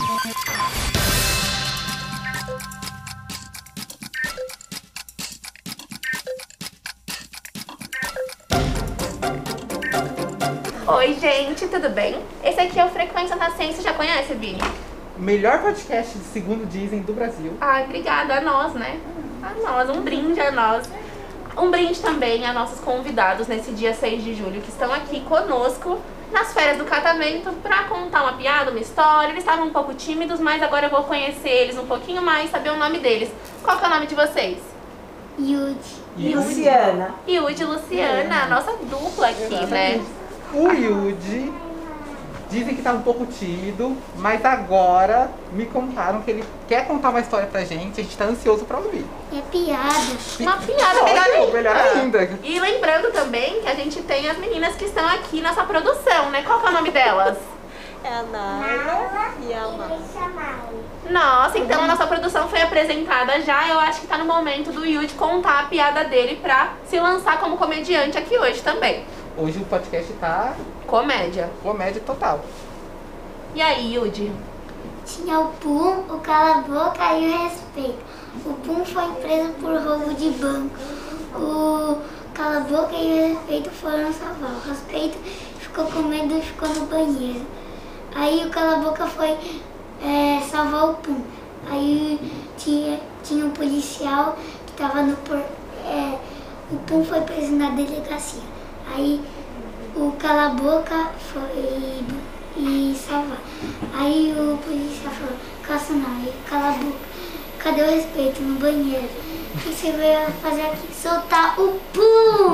Oi, gente, tudo bem? Esse aqui é o Frequência na Ciência, já conhece, Vini? Melhor podcast, segundo dizem, do Brasil. Ai, obrigada a nós, né? A nós, um brinde a nós. Um brinde também a nossos convidados nesse dia 6 de julho, que estão aqui conosco nas férias do catamento para contar uma piada, uma história. Eles estavam um pouco tímidos, mas agora eu vou conhecer eles um pouquinho mais, saber o nome deles. Qual que é o nome de vocês? Yudi. E Luciana. Yudi e Luciana, a nossa dupla aqui, né? O Yudi dizem que tá um pouco tímido, mas agora me contaram que ele quer contar uma história pra gente. A gente tá ansioso pra ouvir. É piada. Uma piada, Ótimo, melhor ainda. E lembrando também que a gente tem as meninas que estão aqui nessa produção, né? Qual que é o nome delas? É a Naila e a Amanda. Nossa, então a nossa produção foi apresentada já. Eu acho que tá no momento do Yudi contar a piada dele pra se lançar como comediante aqui hoje também. Hoje o podcast tá Comédia. comédia total. E aí, Yudi? Tinha o Pum, o Cala-Boca e o Respeito. O Pum foi preso por roubo de banco. O Cala-Boca e o Respeito foram salvar. O Respeito ficou com medo e ficou no banheiro. Aí o Cala-Boca foi salvar o Pum. Aí tinha um policial que estava no o Pum foi preso na delegacia. Aí o Cala-Boca foi e salvar. Aí o policial falou, caça não, cala a boca. Cadê o respeito no banheiro? O que você veio fazer aqui? Soltar o Pum!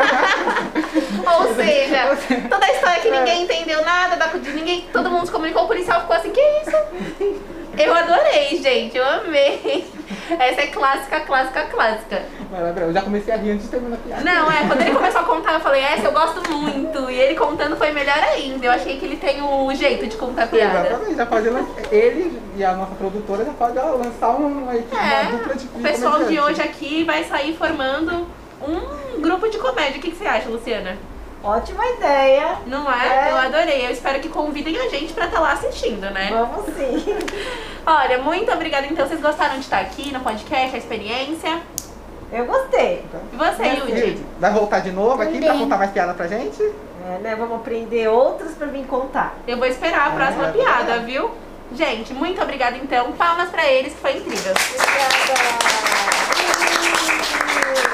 Ou seja, toda a história que ninguém entendeu nada, todo mundo se comunicou, o policial ficou assim, que isso? Eu adorei, gente, eu amei. Essa é clássica, clássica, clássica. Eu já comecei a rir antes de terminar a piada. Não, quando ele começou a contar, eu falei, essa eu gosto muito. E ele contando foi melhor ainda. Eu achei que ele tem o jeito de contar piada. Exatamente, já pode ele e a nossa produtora já pode lançar uma equipe, uma dupla de O pessoal de comediante. hoje aqui vai sair formando um grupo de comédia. O que você acha, Luciana? Ótima ideia. Não é? Eu adorei. Eu espero que convidem a gente pra estar lá assistindo, né? Vamos sim. Olha, muito obrigada. Então, vocês gostaram de estar aqui no podcast, a experiência? Eu gostei. E você, Yudi? Vai voltar de novo aqui pra Também. contar mais piada pra gente? Né? Vamos aprender outras pra vir contar. Eu vou esperar a próxima piada, viu? Gente, muito obrigada então. Palmas pra eles, que foi incrível. Obrigada.